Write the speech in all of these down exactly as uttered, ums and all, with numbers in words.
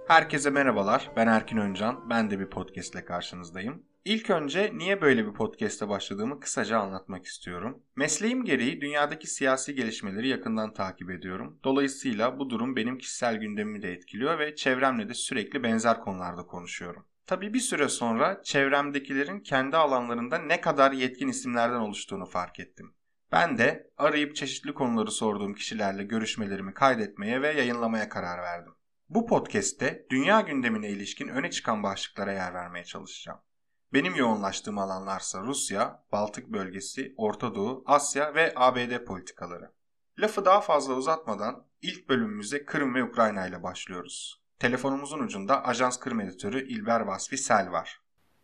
Herkese merhabalar, ben Erkin Öncan, ben de bir podcast ile karşınızdayım. İlk önce niye böyle bir podcast'e başladığımı kısaca anlatmak istiyorum. Mesleğim gereği dünyadaki siyasi gelişmeleri yakından takip ediyorum. Dolayısıyla bu durum benim kişisel gündemimi de etkiliyor ve çevremle de sürekli benzer konularda konuşuyorum. Tabii bir süre sonra çevremdekilerin kendi alanlarında ne kadar yetkin isimlerden oluştuğunu fark ettim. Ben de arayıp çeşitli konuları sorduğum kişilerle görüşmelerimi kaydetmeye ve yayınlamaya karar verdim. Bu podcast'te dünya gündemine ilişkin öne çıkan başlıklara yer vermeye çalışacağım. Benim yoğunlaştığım alanlarsa Rusya, Baltık bölgesi, Orta Doğu, Asya ve A B D politikaları. Lafı daha fazla uzatmadan ilk bölümümüze Kırım ve Ukrayna ile başlıyoruz. Telefonumuzun ucunda Ajans Kırım editörü İlber Vasfi Sel var.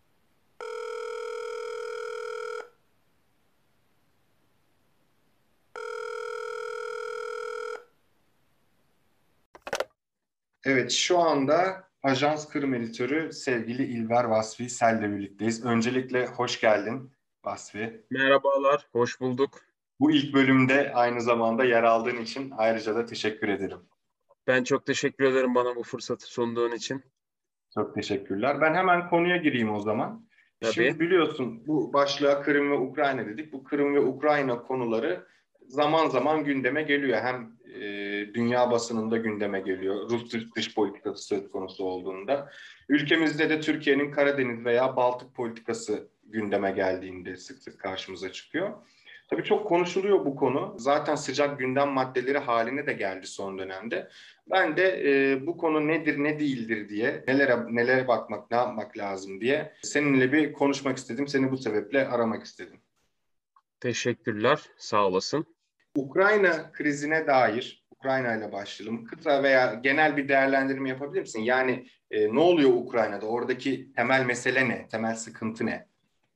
Evet, şu anda Ajans Kırım editörü sevgili İlber Vasfi Sel'le birlikteyiz. Öncelikle hoş geldin Vasfi. Merhabalar, hoş bulduk. Bu ilk bölümde aynı zamanda yer aldığın için ayrıca da teşekkür ederim. Ben çok teşekkür ederim bana bu fırsatı sunduğun için. Çok teşekkürler. Ben hemen konuya gireyim o zaman. Tabii. Şimdi biliyorsun bu başlığa Kırım ve Ukrayna dedik. Bu Kırım ve Ukrayna konuları zaman zaman gündeme geliyor. Hem e, dünya basınında gündeme geliyor. Rus dış, dış politikası söz konusu olduğunda. Ülkemizde de Türkiye'nin Karadeniz veya Baltık politikası gündeme geldiğinde sık sık karşımıza çıkıyor. Tabii çok konuşuluyor bu konu. Zaten sıcak gündem maddeleri haline de geldi son dönemde. Ben de e, bu konu nedir ne değildir diye, nelere nelere bakmak, ne yapmak lazım diye seninle bir konuşmak istedim. Seni bu sebeple aramak istedim. Teşekkürler, sağ olasın. Ukrayna krizine dair, Ukrayna ile başlayalım. Kısa veya genel bir değerlendirme yapabilir misin? Yani e, ne oluyor Ukrayna'da? Oradaki temel mesele ne? Temel sıkıntı ne?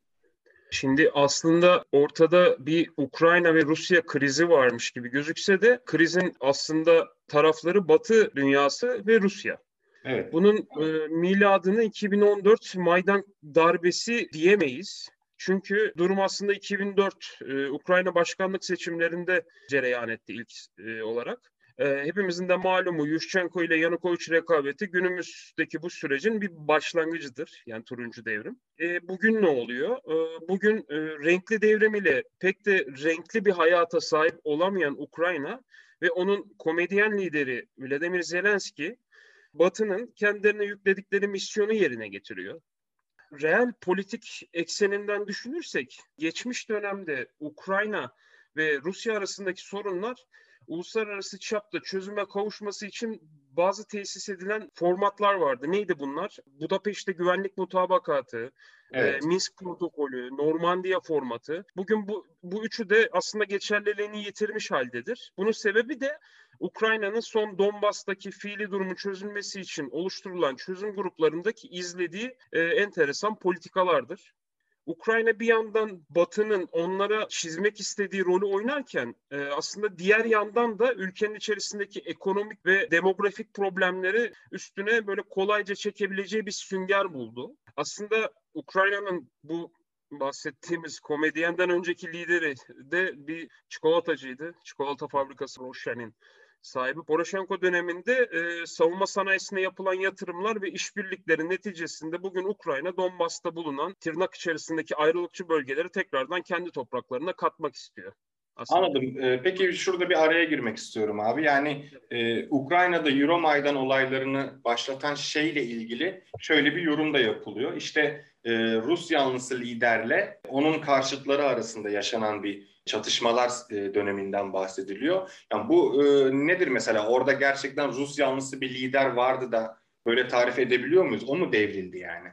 Şimdi aslında ortada bir Ukrayna ve Rusya krizi varmış gibi gözükse de krizin aslında tarafları Batı dünyası ve Rusya. Evet. Bunun e, miladını iki bin on dört Maydan darbesi diyemeyiz. Çünkü durum aslında iki bin dört e, Ukrayna başkanlık seçimlerinde cereyan etti ilk e, olarak. E, hepimizin de malumu Yushchenko ile Yanukovych rekabeti günümüzdeki bu sürecin bir başlangıcıdır. Yani turuncu devrim. E, bugün ne oluyor? E, bugün e, renkli devrim ile pek de renkli bir hayata sahip olamayan Ukrayna ve onun komedyen lideri Vladimir Zelenski Batı'nın kendilerine yükledikleri misyonu yerine getiriyor. Reel politik ekseninden düşünürsek, geçmiş dönemde Ukrayna ve Rusya arasındaki sorunlar uluslararası çapta çözüme kavuşması için bazı tesis edilen formatlar vardı. Neydi bunlar? Budapeşte Güvenlik Mutabakatı, e, Evet. Minsk Protokolü, Normandiya formatı. Bugün bu, bu üçü de aslında geçerliliğini yitirmiş haldedir. Bunun sebebi de Ukrayna'nın son Donbas'taki fiili durumun çözülmesi için oluşturulan çözüm gruplarındaki izlediği e, enteresan politikalardır. Ukrayna bir yandan Batı'nın onlara çizmek istediği rolü oynarken e, aslında diğer yandan da ülkenin içerisindeki ekonomik ve demografik problemleri üstüne böyle kolayca çekebileceği bir sünger buldu. Aslında Ukrayna'nın bu bahsettiğimiz komedyenden önceki lideri de bir çikolatacıydı. Çikolata fabrikası Roşen'in sahibi. Poroshenko döneminde e, savunma sanayisine yapılan yatırımlar ve işbirlikleri neticesinde bugün Ukrayna Donbas'ta bulunan tırnak içerisindeki ayrılıkçı bölgeleri tekrardan kendi topraklarına katmak istiyor. Aslında bu. Anladım. Ee, peki şurada bir araya girmek istiyorum abi. Yani e, Ukrayna'da Euromaidan olaylarını başlatan şeyle ilgili şöyle bir yorum da yapılıyor. İşte e, Rus yanlısı liderle onun karşıtları arasında yaşanan bir çatışmalar e, döneminden bahsediliyor. Yani bu e, nedir mesela? Orada gerçekten Rus yanlısı bir lider vardı da böyle tarif edebiliyor muyuz? O mu devrildi yani?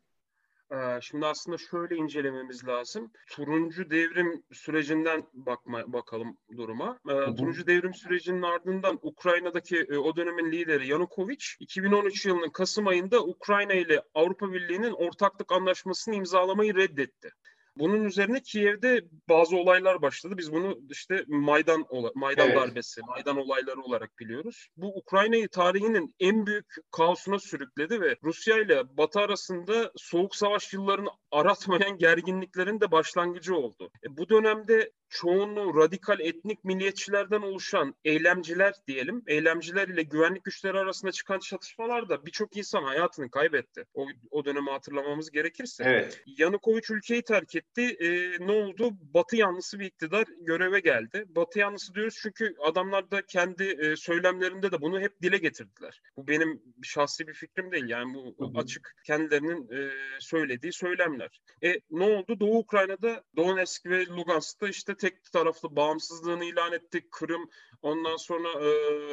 Ee, Şimdi aslında şöyle incelememiz lazım. Turuncu devrim sürecinden bakma, bakalım duruma. Hı Ee, hı. Turuncu devrim sürecinin ardından Ukrayna'daki e, o dönemin lideri Yanukovych iki bin on üç yılının Kasım ayında Ukrayna ile Avrupa Birliği'nin ortaklık anlaşmasını imzalamayı reddetti. Bunun üzerine Kiev'de bazı olaylar başladı. Biz bunu işte Maydan Maydan Evet. darbesi, Maydan olayları olarak biliyoruz. Bu Ukrayna'yı tarihinin en büyük kaosuna sürükledi ve Rusya ile Batı arasında soğuk savaş yıllarını aratmayan gerginliklerin de başlangıcı oldu. E, bu dönemde çoğunluğu radikal etnik milliyetçilerden oluşan eylemciler diyelim, eylemciler ile güvenlik güçleri arasında çıkan çatışmalarda birçok insan hayatını kaybetti. O, o dönemi hatırlamamız gerekirse. Evet. Yanukovych ülkeyi terk etti. E, ne oldu? Batı yanlısı bir iktidar göreve geldi. Batı yanlısı diyoruz çünkü adamlar da kendi e, söylemlerinde de bunu hep dile getirdiler. Bu benim şahsi bir fikrim değil. Yani bu Hı hı. açık kendilerinin e, söylediği söylemler. E, ne oldu? Doğu Ukrayna'da Donetsk ve Lugansk'ta işte tek taraflı bağımsızlığını ilan etti. Kırım ondan sonra e,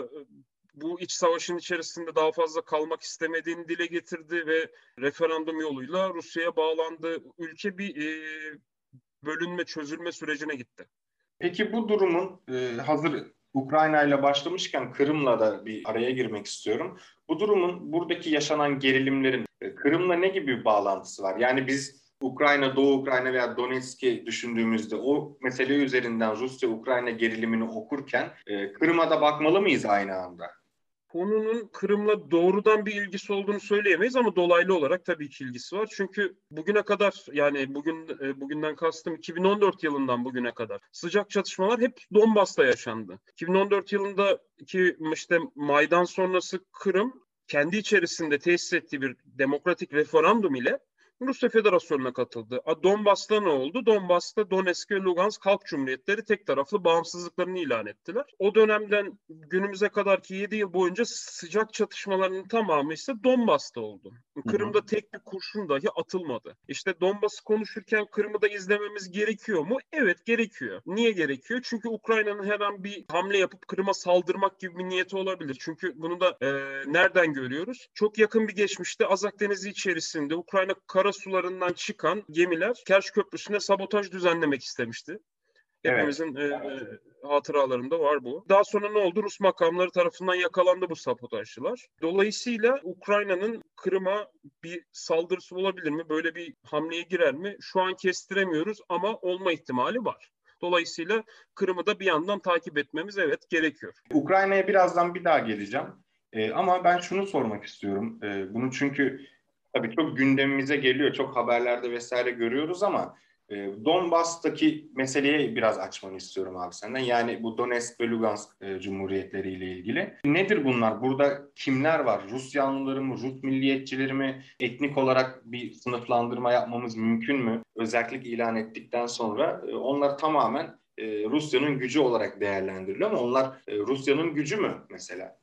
bu iç savaşın içerisinde daha fazla kalmak istemediğini dile getirdi ve referandum yoluyla Rusya'ya bağlandı. Ülke bir e, bölünme, çözülme sürecine gitti. Peki bu durumun e, hazır Ukrayna ile başlamışken Kırım'la da bir araya girmek istiyorum. Bu durumun buradaki yaşanan gerilimlerin e, Kırım'la ne gibi bir bağlantısı var? Yani biz Ukrayna, Doğu Ukrayna veya Donetsk'i düşündüğümüzde o mesele üzerinden Rusya-Ukrayna gerilimini okurken e, Kırım'a da bakmalı mıyız aynı anda? Konunun Kırım'la doğrudan bir ilgisi olduğunu söyleyemeyiz ama dolaylı olarak tabii ki ilgisi var. Çünkü bugüne kadar yani bugün bugünden kastım iki bin on dört yılından bugüne kadar sıcak çatışmalar hep Donbas'ta yaşandı. iki bin on dört yılındaki işte Maydan sonrası Kırım kendi içerisinde tesis ettiği bir demokratik referandum ile Rusya Federasyonu'na katıldı. Donbas'ta ne oldu? Donbas'ta Donetsk ve Lugansk Halk Cumhuriyetleri tek taraflı bağımsızlıklarını ilan ettiler. O dönemden günümüze kadarki yedi yıl boyunca sıcak çatışmaların tamamı ise Donbas'ta oldu. Hı hı. Kırım'da tek bir kurşun dahi atılmadı. İşte Donbas'ı konuşurken Kırım'ı da izlememiz gerekiyor mu? Evet, gerekiyor. Niye gerekiyor? Çünkü Ukrayna'nın her an bir hamle yapıp Kırım'a saldırmak gibi bir niyeti olabilir. Çünkü bunu da e, nereden görüyoruz? Çok yakın bir geçmişte Azak Denizi içerisinde Ukrayna kara sularından çıkan gemiler Kerç Köprüsü'ne sabotaj düzenlemek istemişti. Evet. Hepimizin e, e, hatıralarında var bu. Daha sonra ne oldu? Rus makamları tarafından yakalandı bu sabotajcılar. Dolayısıyla Ukrayna'nın Kırım'a bir saldırısı olabilir mi? Böyle bir hamleye girer mi? Şu an kestiremiyoruz ama olma ihtimali var. Dolayısıyla Kırım'ı da bir yandan takip etmemiz evet gerekiyor. Ukrayna'ya birazdan bir daha geleceğim. Ee, ama ben şunu sormak istiyorum. Ee, bunu çünkü tabii çok gündemimize geliyor, çok haberlerde vesaire görüyoruz ama e, Donbas'taki meseleyi biraz açmanı istiyorum abi senden. Yani bu Donetsk ve Lugansk e, cumhuriyetleriyle ilgili. Nedir bunlar? Burada kimler var? Rus yanlıları mı, Rus milliyetçileri mi? Etnik olarak bir sınıflandırma yapmamız mümkün mü? Özellik ilan ettikten sonra e, onlar tamamen e, Rusya'nın gücü olarak değerlendiriliyor ama onlar e, Rusya'nın gücü mü mesela?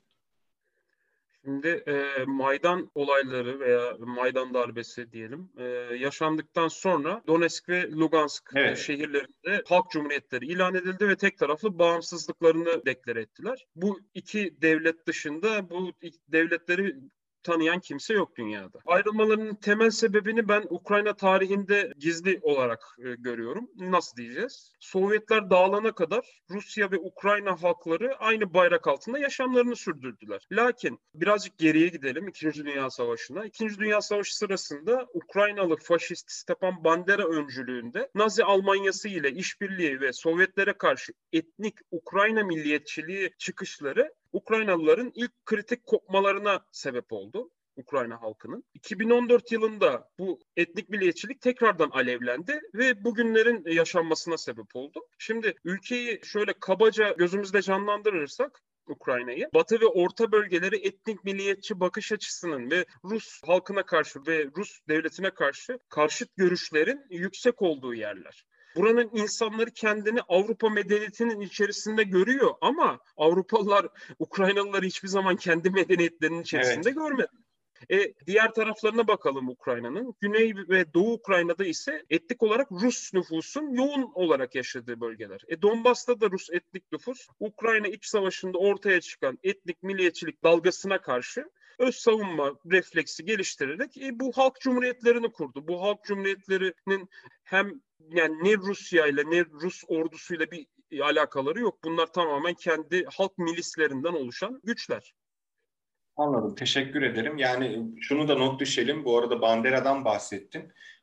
Şimdi e, Maydan olayları veya Maydan darbesi diyelim e, yaşandıktan sonra Donetsk ve Lugansk e, Evet. şehirlerinde halk cumhuriyetleri ilan edildi ve tek taraflı bağımsızlıklarını deklare ettiler. Bu iki devlet dışında bu devletleri tanıyan kimse yok dünyada. Ayrılmalarının temel sebebini ben Ukrayna tarihinde gizli olarak e, görüyorum. Nasıl diyeceğiz? Sovyetler dağılana kadar Rusya ve Ukrayna halkları aynı bayrak altında yaşamlarını sürdürdüler. Lakin birazcık geriye gidelim İkinci Dünya Savaşı'na. İkinci Dünya Savaşı sırasında Ukraynalı faşist Stepan Bandera öncülüğünde Nazi Almanyası ile işbirliği ve Sovyetlere karşı etnik Ukrayna milliyetçiliği çıkışları Ukraynalıların ilk kritik kopmalarına sebep oldu. Ukrayna halkının. iki bin on dört yılında bu etnik milliyetçilik tekrardan alevlendi ve bugünlerin yaşanmasına sebep oldu. Şimdi ülkeyi şöyle kabaca gözümüzde canlandırırsak Ukrayna'yı, Batı ve Orta bölgeleri etnik milliyetçi bakış açısının ve Rus halkına karşı ve Rus devletine karşı karşıt görüşlerin yüksek olduğu yerler. Buranın insanları kendini Avrupa medeniyetinin içerisinde görüyor ama Avrupalılar Ukraynalıları hiçbir zaman kendi medeniyetlerinin içerisinde Evet. görmedi. E, diğer taraflarına bakalım Ukrayna'nın. Güney ve Doğu Ukrayna'da ise etnik olarak Rus nüfusun yoğun olarak yaşadığı bölgeler. E, Donbas'ta da Rus etnik nüfus Ukrayna İç Savaşı'nda ortaya çıkan etnik milliyetçilik dalgasına karşı öz savunma refleksi geliştirerek e, bu halk cumhuriyetlerini kurdu. Bu halk cumhuriyetlerinin hem yani ne Rusya ile ne Rus ordusuyla bir alakaları yok. Bunlar tamamen kendi halk milislerinden oluşan güçler. Anladım. Teşekkür ederim. Yani şunu da not düşelim. Bu arada Bandera'dan bahsettin.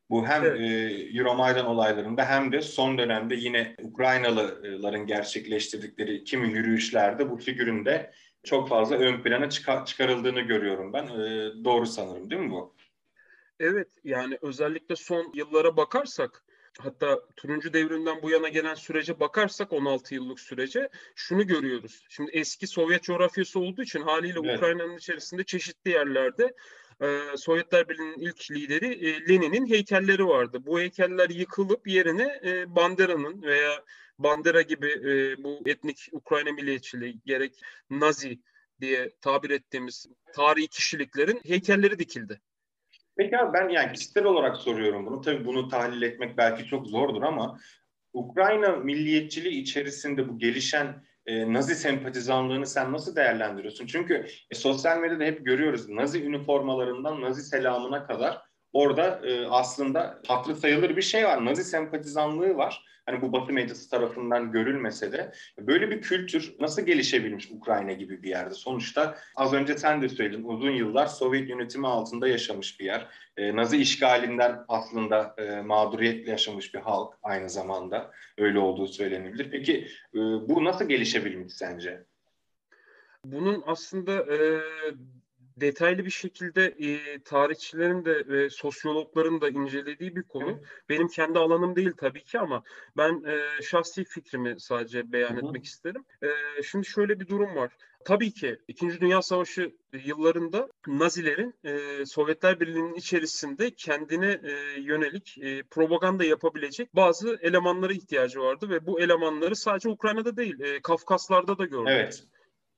Bu hem Evet. e, Euromaidan olaylarında hem de son dönemde yine Ukraynalıların gerçekleştirdikleri kimi yürüyüşlerde bu figürün de çok fazla ön plana çıkar, çıkarıldığını görüyorum ben. E, doğru sanırım, değil mi bu? Evet, yani özellikle son yıllara bakarsak, hatta Turuncu Devrim'den bu yana gelen sürece bakarsak, on altı yıllık sürece şunu görüyoruz. Şimdi eski Sovyet coğrafyası olduğu için haliyle Evet. Ukrayna'nın içerisinde çeşitli yerlerde e, Sovyetler Birliği'nin ilk lideri e, Lenin'in heykelleri vardı. Bu heykeller yıkılıp yerine e, Bandera'nın veya Bandera gibi e, bu etnik Ukrayna milliyetçiliği, gerek Nazi diye tabir ettiğimiz tarihi kişiliklerin heykelleri dikildi. Peki abi, ben yani kişisel olarak soruyorum bunu. Tabii bunu tahlil etmek belki çok zordur ama Ukrayna milliyetçiliği içerisinde bu gelişen e, Nazi sempatizanlığını sen nasıl değerlendiriyorsun? Çünkü e, sosyal medyada hep görüyoruz, Nazi üniformalarından Nazi selamına kadar orada e, aslında haklı sayılır bir şey var. Nazi sempatizanlığı var. Hani bu Batı medyası tarafından görülmese de böyle bir kültür nasıl gelişebilmiş Ukrayna gibi bir yerde? Sonuçta az önce sen de söyledin, uzun yıllar Sovyet yönetimi altında yaşamış bir yer. E, Nazi işgalinden aslında e, mağduriyetle yaşamış bir halk aynı zamanda. Öyle olduğu söylenebilir. Peki e, bu nasıl gelişebilmiş sence? Bunun aslında e, detaylı bir şekilde e, tarihçilerin de ve sosyologların da incelediği bir konu. Evet. Benim kendi alanım değil tabii ki, ama ben e, şahsi fikrimi sadece Hı beyan hı. etmek isterim. E, şimdi şöyle bir durum var. Tabii ki İkinci Dünya Savaşı yıllarında Nazilerin e, Sovyetler Birliği'nin içerisinde kendine e, yönelik e, propaganda yapabilecek bazı elemanlara ihtiyacı vardı ve bu elemanları sadece Ukrayna'da değil, e, Kafkaslar'da da gördük. Evet.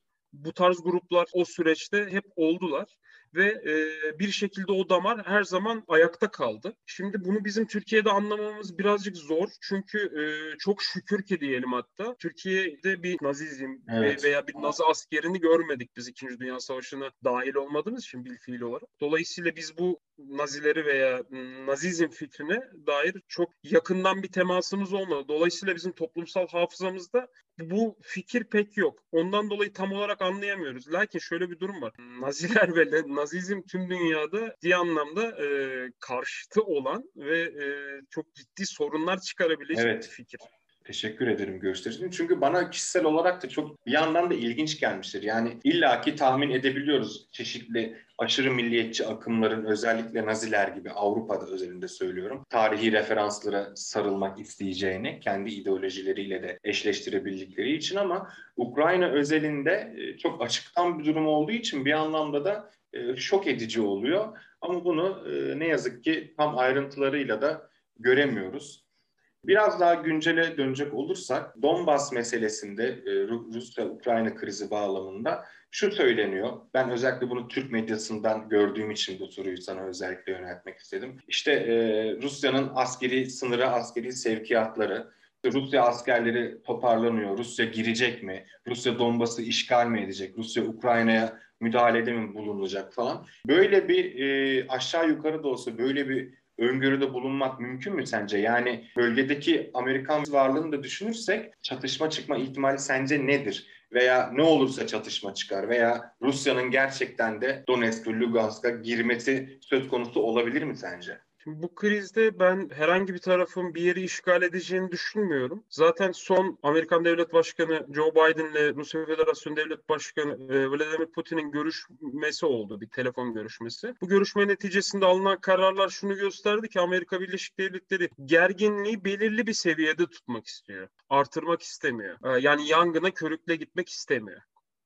Bu tarz gruplar o süreçte hep oldular ve e, bir şekilde o damar her zaman ayakta kaldı. Şimdi bunu bizim Türkiye'de anlamamız birazcık zor. Çünkü e, çok şükür ki diyelim, hatta Türkiye'de bir Nazizm Evet. veya bir Nazi askerini görmedik biz İkinci Dünya Savaşı'na dahil olmadığımız için bilfiil olarak. Dolayısıyla biz bu Nazileri veya Nazizm fikrine dair çok yakından bir temasımız olmadı. Dolayısıyla bizim toplumsal hafızamızda bu fikir pek yok. Ondan dolayı tam olarak anlayamıyoruz. Lakin şöyle bir durum var. Naziler ve Nazizm tüm dünyada ciddi anlamda e, karşıtı olan ve e, çok ciddi sorunlar çıkarabilecek bir Evet. fikir. Teşekkür ederim görüşleriniz için. Çünkü bana kişisel olarak da çok bir yandan da ilginç gelmiştir. Yani illaki tahmin edebiliyoruz çeşitli aşırı milliyetçi akımların, özellikle Naziler gibi Avrupa'da özelinde söylüyorum, tarihi referanslara sarılmak isteyeceğini kendi ideolojileriyle de eşleştirebildikleri için, ama Ukrayna özelinde e, çok açıktan bir durum olduğu için bir anlamda da e, şok edici oluyor. Ama bunu e, ne yazık ki tam ayrıntılarıyla da göremiyoruz. Biraz daha güncele dönecek olursak, Donbas meselesinde e, Rusya-Ukrayna krizi bağlamında şu söyleniyor. Ben özellikle bunu Türk medyasından gördüğüm için bu soruyu sana özellikle yöneltmek istedim. İşte e, Rusya'nın askeri sınıra, askeri sevkiyatları, Rusya askerleri toparlanıyor. Rusya girecek mi? Rusya Donbas'ı işgal mi edecek? Rusya Ukrayna'ya müdahalede mi bulunacak falan. Böyle bir e, aşağı yukarı da olsa böyle bir öngörüde bulunmak mümkün mü sence? Yani bölgedeki Amerikan varlığını da düşünürsek çatışma çıkma ihtimali sence nedir? Veya ne olursa çatışma çıkar veya Rusya'nın gerçekten de Donetsk ve Lugansk'a girmesi söz konusu olabilir mi sence? Şimdi bu krizde ben herhangi bir tarafın bir yeri işgal edeceğini düşünmüyorum. Zaten son Amerikan Devlet Başkanı Joe Biden ile Rusya Federasyonu Devlet Başkanı e, Vladimir Putin'in görüşmesi oldu, bir telefon görüşmesi. Bu görüşme neticesinde alınan kararlar şunu gösterdi ki Amerika Birleşik Devletleri gerginliği belirli bir seviyede tutmak istiyor. Artırmak istemiyor. E, yani yangına körükle gitmek istemiyor.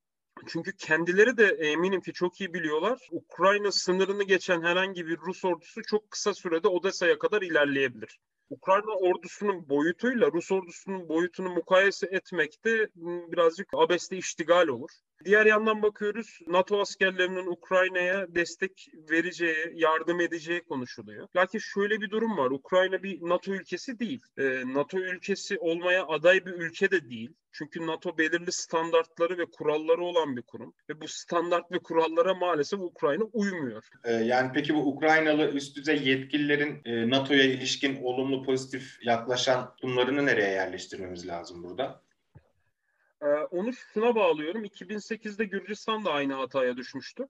Çünkü kendileri de eminim ki çok iyi biliyorlar. Ukrayna sınırını geçen herhangi bir Rus ordusu çok kısa sürede Odessa'ya kadar ilerleyebilir. Ukrayna ordusunun boyutuyla Rus ordusunun boyutunu mukayese etmekte birazcık abesle iştigal olur. Diğer yandan bakıyoruz, NATO askerlerinin Ukrayna'ya destek vereceği, yardım edeceği konuşuluyor. Lakin şöyle bir durum var. Ukrayna bir NATO ülkesi değil. Ee, NATO ülkesi olmaya aday bir ülke de değil. Çünkü NATO belirli standartları ve kuralları olan bir kurum. Ve bu standart ve kurallara maalesef Ukrayna uymuyor. Ee, yani peki bu Ukraynalı üst düzey yetkililerin e, NATO'ya ilişkin olumlu pozitif yaklaşan tutumlarını nereye yerleştirmemiz lazım burada? Ee, onu şuna bağlıyorum. iki bin sekizde Gürcistan da aynı hataya düşmüştü.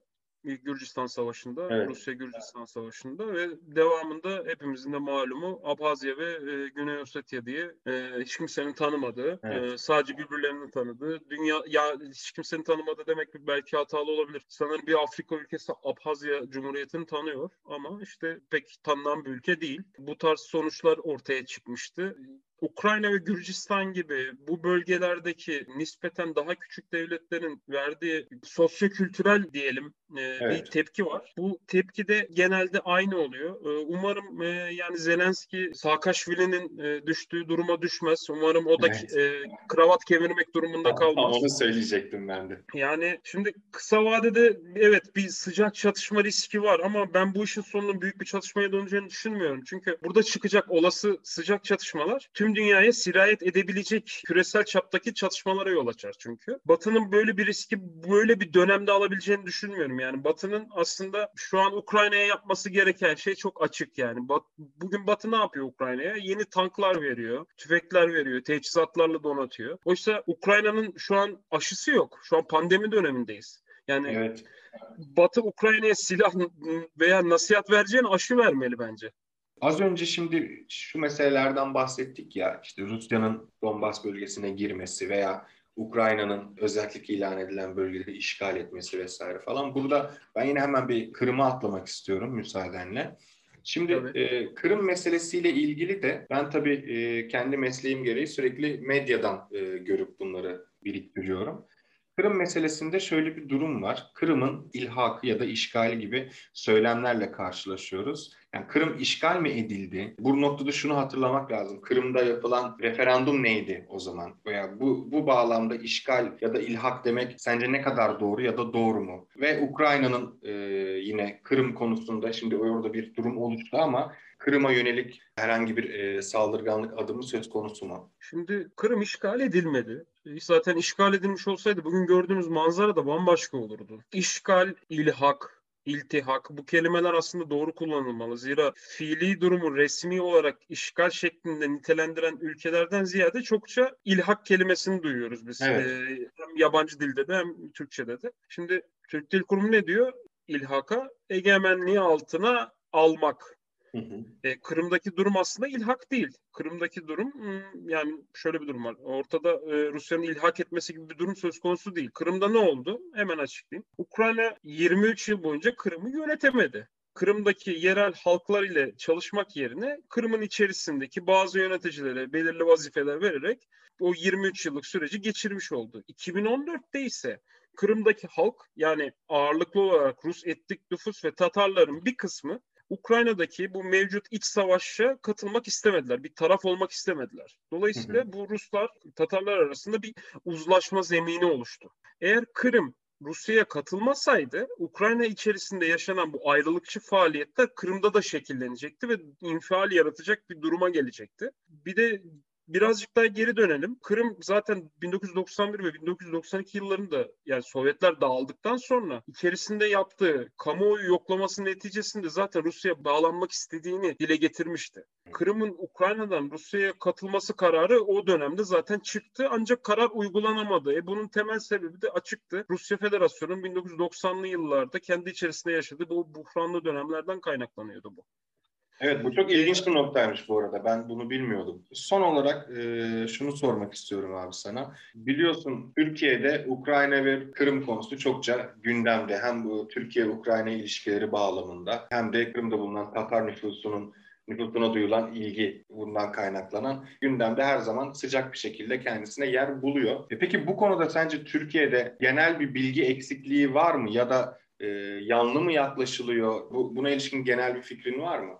Gürcistan Savaşı'nda, Evet. Rusya-Gürcistan Savaşı'nda ve devamında hepimizin de malumu Abhazya ve e, Güney Ossetya diye e, hiç kimsenin tanımadığı, Evet. e, sadece birbirlerinin tanıdığı, dünya ya hiç kimsenin tanımadığı demek belki hatalı olabilir. Sanırım bir Afrika ülkesi Abhazya Cumhuriyeti'ni tanıyor ama işte pek tanınan bir ülke değil. Bu tarz sonuçlar ortaya çıkmıştı. Ukrayna ve Gürcistan gibi bu bölgelerdeki nispeten daha küçük devletlerin verdiği sosyokültürel diyelim e, bir Evet. tepki var. Bu tepki de genelde aynı oluyor. E, umarım e, yani Zelenski Saakashvili'nin e, düştüğü duruma düşmez. Umarım o da Evet. e, kravat kemirmek durumunda Tam kalmaz. onu söyleyecektim ben de. Yani şimdi kısa vadede evet bir sıcak çatışma riski var ama ben bu işin sonunun büyük bir çatışmaya döneceğini düşünmüyorum. Çünkü burada çıkacak olası sıcak çatışmalar tüm dünyaya sirayet edebilecek küresel çaptaki çatışmalara yol açar çünkü. Batı'nın böyle bir riski böyle bir dönemde alabileceğini düşünmüyorum. Yani Batı'nın aslında şu an Ukrayna'ya yapması gereken şey çok açık yani. Bat, bugün Batı ne yapıyor Ukrayna'ya? Yeni tanklar veriyor, tüfekler veriyor, teçhizatlarla donatıyor. Oysa Ukrayna'nın şu an aşısı yok. Şu an pandemi dönemindeyiz. Yani Evet. Batı Ukrayna'ya silah veya nasihat vereceğine aşı vermeli bence. Az önce şimdi şu meselelerden bahsettik ya, işte Rusya'nın Donbas bölgesine girmesi veya Ukrayna'nın özellik ilan edilen bölgeleri işgal etmesi vesaire falan. Burada ben yine hemen bir Kırım'a atlamak istiyorum müsaadenle. Şimdi Tabii. e, Kırım meselesiyle ilgili de ben tabii e, kendi mesleğim gereği sürekli medyadan e, görüp bunları biriktiriyorum. Kırım meselesinde şöyle bir durum var. Kırım'ın ilhakı ya da işgali gibi söylemlerle karşılaşıyoruz. Yani Kırım işgal mi edildi? Bu noktada şunu hatırlamak lazım. Kırım'da yapılan referandum neydi o zaman? Veya bu, bu bağlamda işgal ya da ilhak demek sence ne kadar doğru ya da doğru mu? Ve Ukrayna'nın e, yine Kırım konusunda şimdi orada bir durum oluştu ama Kırım'a yönelik herhangi bir e, saldırganlık adımı söz konusu mu? Şimdi Kırım işgal edilmedi. Zaten işgal edilmiş olsaydı bugün gördüğümüz manzara da bambaşka olurdu. İşgal, ilhak, iltihak bu kelimeler aslında doğru kullanılmalı. Zira fiili durumu resmi olarak işgal şeklinde nitelendiren ülkelerden ziyade çokça ilhak kelimesini duyuyoruz biz. Ee, Evet. hem yabancı dilde de hem Türkçe'de de. Şimdi Türk Dil Kurumu ne diyor? İlhaka egemenliği altına almak. Hı hı. E, Kırım'daki durum aslında ilhak değil. Kırım'daki durum yani şöyle bir durum var. Ortada e, Rusya'nın ilhak etmesi gibi bir durum söz konusu değil. Kırım'da ne oldu? Hemen açıklayayım. Ukrayna yirmi üç yıl boyunca Kırım'ı yönetemedi. Kırım'daki yerel halklar ile çalışmak yerine Kırım'ın içerisindeki bazı yöneticilere belirli vazifeler vererek o yirmi üç yıllık süreci geçirmiş oldu. iki bin on dörtte ise Kırım'daki halk yani ağırlıklı olarak Rus etnik nüfus ve Tatarların bir kısmı Ukrayna'daki bu mevcut iç savaşa katılmak istemediler. Bir taraf olmak istemediler. Hı hı. Dolayısıyla bu Ruslar, Tatarlar arasında bir uzlaşma zemini oluştu. Eğer Kırım Rusya'ya katılmasaydı Ukrayna içerisinde yaşanan bu ayrılıkçı faaliyetler Kırım'da da şekillenecekti ve infial yaratacak bir duruma gelecekti. Bir de birazcık daha geri dönelim. Kırım zaten bin dokuz yüz doksan bir ve bin dokuz yüz doksan iki yıllarında yani Sovyetler dağıldıktan sonra içerisinde yaptığı kamuoyu yoklaması neticesinde zaten Rusya'ya bağlanmak istediğini dile getirmişti. Kırım'ın Ukrayna'dan Rusya'ya katılması kararı o dönemde zaten çıktı ancak karar uygulanamadı. E bunun temel sebebi de açıktı. Rusya Federasyonu'nun bin dokuz yüz doksanlı yıllarda kendi içerisinde yaşadığı bu buhranlı dönemlerden kaynaklanıyordu bu. Evet, bu çok E, ilginç bir noktaymış bu arada. Ben bunu bilmiyordum. Son olarak e, şunu sormak istiyorum abi sana. Biliyorsun Türkiye'de Ukrayna ve Kırım konusu çokça gündemde. Hem bu Türkiye-Ukrayna ilişkileri bağlamında hem de Kırım'da bulunan Tatar nüfusunun nüfusuna duyulan ilgi bundan kaynaklanan gündemde her zaman sıcak bir şekilde kendisine yer buluyor. E peki bu konuda sence Türkiye'de genel bir bilgi eksikliği var mı ya da e, yanlı mı yaklaşılıyor? Bu, buna ilişkin genel bir fikrin var mı?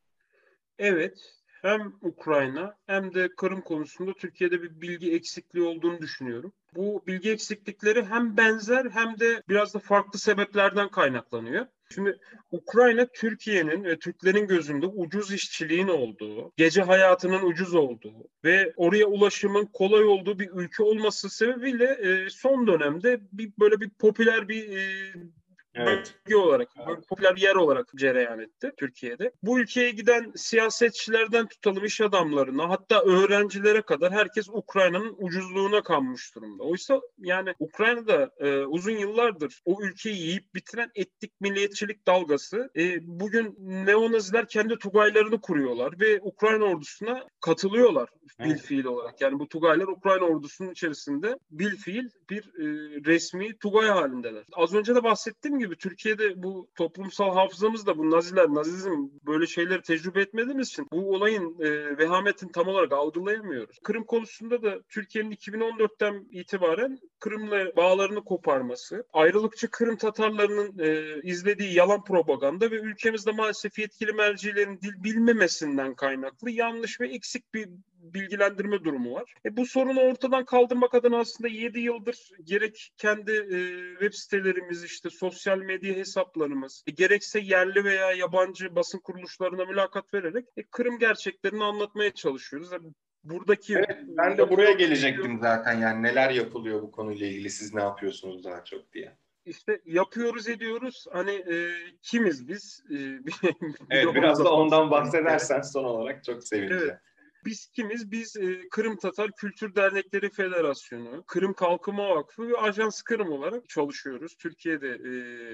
Evet, hem Ukrayna hem de Kırım konusunda Türkiye'de bir bilgi eksikliği olduğunu düşünüyorum. Bu bilgi eksiklikleri hem benzer hem de biraz da farklı sebeplerden kaynaklanıyor. Şimdi Ukrayna Türkiye'nin ve Türklerin gözünde ucuz işçiliğin olduğu, gece hayatının ucuz olduğu ve oraya ulaşımın kolay olduğu bir ülke olması sebebiyle e, son dönemde bir böyle bir popüler bir e, Evet. bölge olarak, evet. popüler bir yer olarak cereyan etti Türkiye'de. Bu ülkeye giden siyasetçilerden tutalım iş adamlarına, hatta öğrencilere kadar herkes Ukrayna'nın ucuzluğuna kanmış durumda. Oysa yani Ukrayna'da e, uzun yıllardır o ülkeyi yiyip bitiren etnik milliyetçilik dalgası, e, bugün neonaziler kendi tugaylarını kuruyorlar ve Ukrayna ordusuna katılıyorlar Evet. bilfiil olarak. Yani bu tugaylar Ukrayna ordusunun içerisinde bilfiil bir e, resmi tugay halindeler. Az önce de bahsettiğim gibi Türkiye'de bu toplumsal hafızamızda bu Naziler, Nazizm böyle şeyleri tecrübe etmediğimiz için bu olayın e, vehametini tam olarak algılayamıyoruz. Kırım konusunda da Türkiye'nin iki bin on dörtten itibaren Kırım'la bağlarını koparması, ayrılıkçı Kırım Tatarlarının e, izlediği yalan propaganda ve ülkemizde maalesef yetkili mercilerin dil bilmemesinden kaynaklı yanlış ve eksik bir bilgilendirme durumu var. E, bu sorunu ortadan kaldırmak adına aslında yedi yıldır gerek kendi e, web sitelerimiz, işte sosyal medya hesaplarımız, e, gerekse yerli veya yabancı basın kuruluşlarına mülakat vererek e, Kırım gerçeklerini anlatmaya çalışıyoruz. Yani buradaki Evet, ben de buraya gelecektim zaten, yani neler yapılıyor bu konuyla ilgili, siz ne yapıyorsunuz daha çok diye. İşte yapıyoruz ediyoruz. Hani e, kimiz biz? E, bir, evet, biraz da ondan bahsedersen son olarak çok sevineceğim. Evet. Biz kimiz? Biz e, Kırım Tatar Kültür Dernekleri Federasyonu, Kırım Kalkınma Vakfı ve Ajans Kırım olarak çalışıyoruz. Türkiye'de e,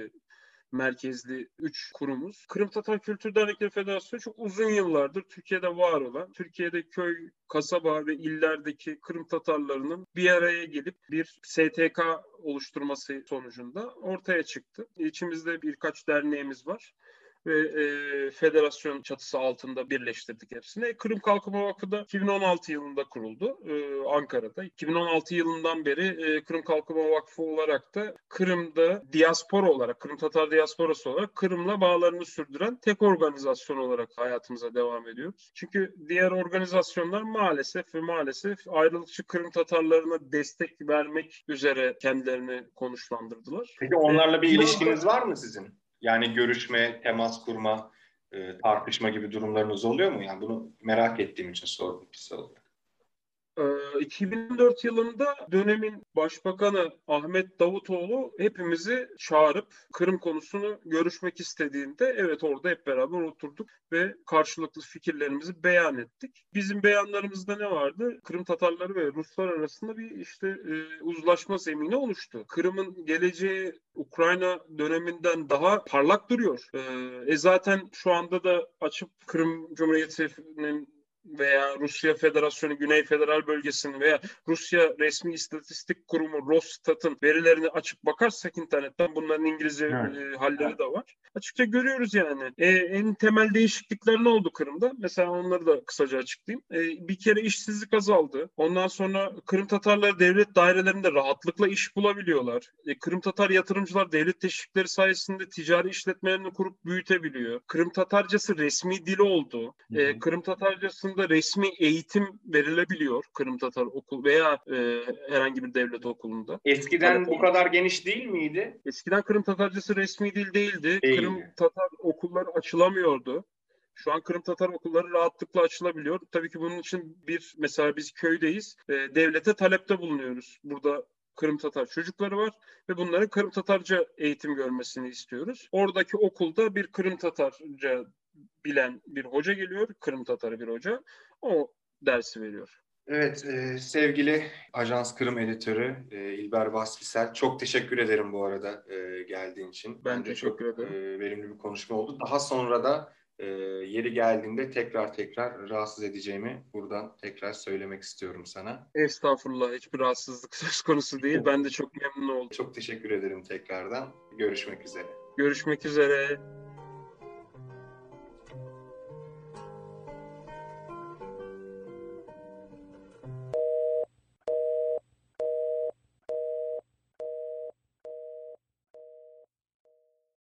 merkezli üç kurumuz. Kırım Tatar Kültür Dernekleri Federasyonu çok uzun yıllardır Türkiye'de var olan, Türkiye'de köy, kasaba ve illerdeki Kırım Tatarlarının bir araya gelip bir S T K oluşturması sonucunda ortaya çıktı. İçimizde birkaç derneğimiz var ve e, federasyon çatısı altında birleştirdik hepsini. Kırım Kalkınma Vakfı da iki bin on altı yılında kuruldu e, Ankara'da. iki bin on altı yılından beri e, Kırım Kalkınma Vakfı olarak da Kırım'da diaspora olarak, Kırım Tatar diasporası olarak Kırım'la bağlarını sürdüren tek organizasyon olarak hayatımıza devam ediyoruz. Çünkü diğer organizasyonlar maalesef ve maalesef ayrılıkçı Kırım Tatarlarına destek vermek üzere kendilerini konuşlandırdılar. Peki onlarla e, bir ilişkiniz var mı sizin? Yani görüşme, temas kurma, e, tartışma gibi durumlarınız oluyor mu? Yani bunu merak ettiğim için sordum kişisel olarak. iki bin dört yılında dönemin başbakanı Ahmet Davutoğlu hepimizi çağırıp Kırım konusunu görüşmek istediğinde evet orada hep beraber oturduk ve karşılıklı fikirlerimizi beyan ettik. Bizim beyanlarımızda ne vardı? Kırım Tatarları ve Ruslar arasında bir işte e, uzlaşma zemini oluştu. Kırım'ın geleceği Ukrayna döneminden daha parlak duruyor. E, e zaten şu anda da açıp Kırım Cumhuriyeti'nin veya Rusya Federasyonu Güney Federal Bölgesi'nin veya Rusya Resmi İstatistik Kurumu Rostat'ın verilerini açıp bakarsak internetten bunların İngilizce evet. e, halleri de var. Açıkça görüyoruz yani. E, en temel değişiklikler ne oldu Kırım'da? Mesela onları da kısaca açıklayayım. E, bir kere işsizlik azaldı. Ondan sonra Kırım Tatarları devlet dairelerinde rahatlıkla iş bulabiliyorlar. E, Kırım Tatar yatırımcılar devlet teşvikleri sayesinde ticari işletmelerini kurup büyütebiliyor. Kırım Tatarcası resmi dili oldu. E, Kırım Tatarcası resmi eğitim verilebiliyor Kırım Tatar okul veya e, herhangi bir devlet okulunda. Eskiden Talep bu kadar geniş değil miydi? Eskiden Kırım Tatarcası resmi dil değildi. Değil. Kırım Tatar okulları açılamıyordu. Şu an Kırım Tatar okulları rahatlıkla açılabiliyor. Tabii ki bunun için bir mesela biz köydeyiz. E, devlete talepte bulunuyoruz. Burada Kırım Tatar çocukları var ve bunların Kırım Tatarca eğitim görmesini istiyoruz. Oradaki okulda bir Kırım Tatarca bilen bir hoca geliyor. Kırım Tatarı bir hoca. O dersi veriyor. Evet, e, sevgili Ajans Kırım editörü e, İlber Vasfisel, çok teşekkür ederim bu arada e, geldiğin için. Ben Bence teşekkür çok ederim. E, verimli bir konuşma oldu. Daha sonra da e, yeri geldiğinde tekrar tekrar rahatsız edeceğimi buradan tekrar söylemek istiyorum sana. Estağfurullah, hiçbir rahatsızlık söz konusu değil. Ben de çok memnun oldum. Çok teşekkür ederim tekrardan. Görüşmek üzere. Görüşmek üzere.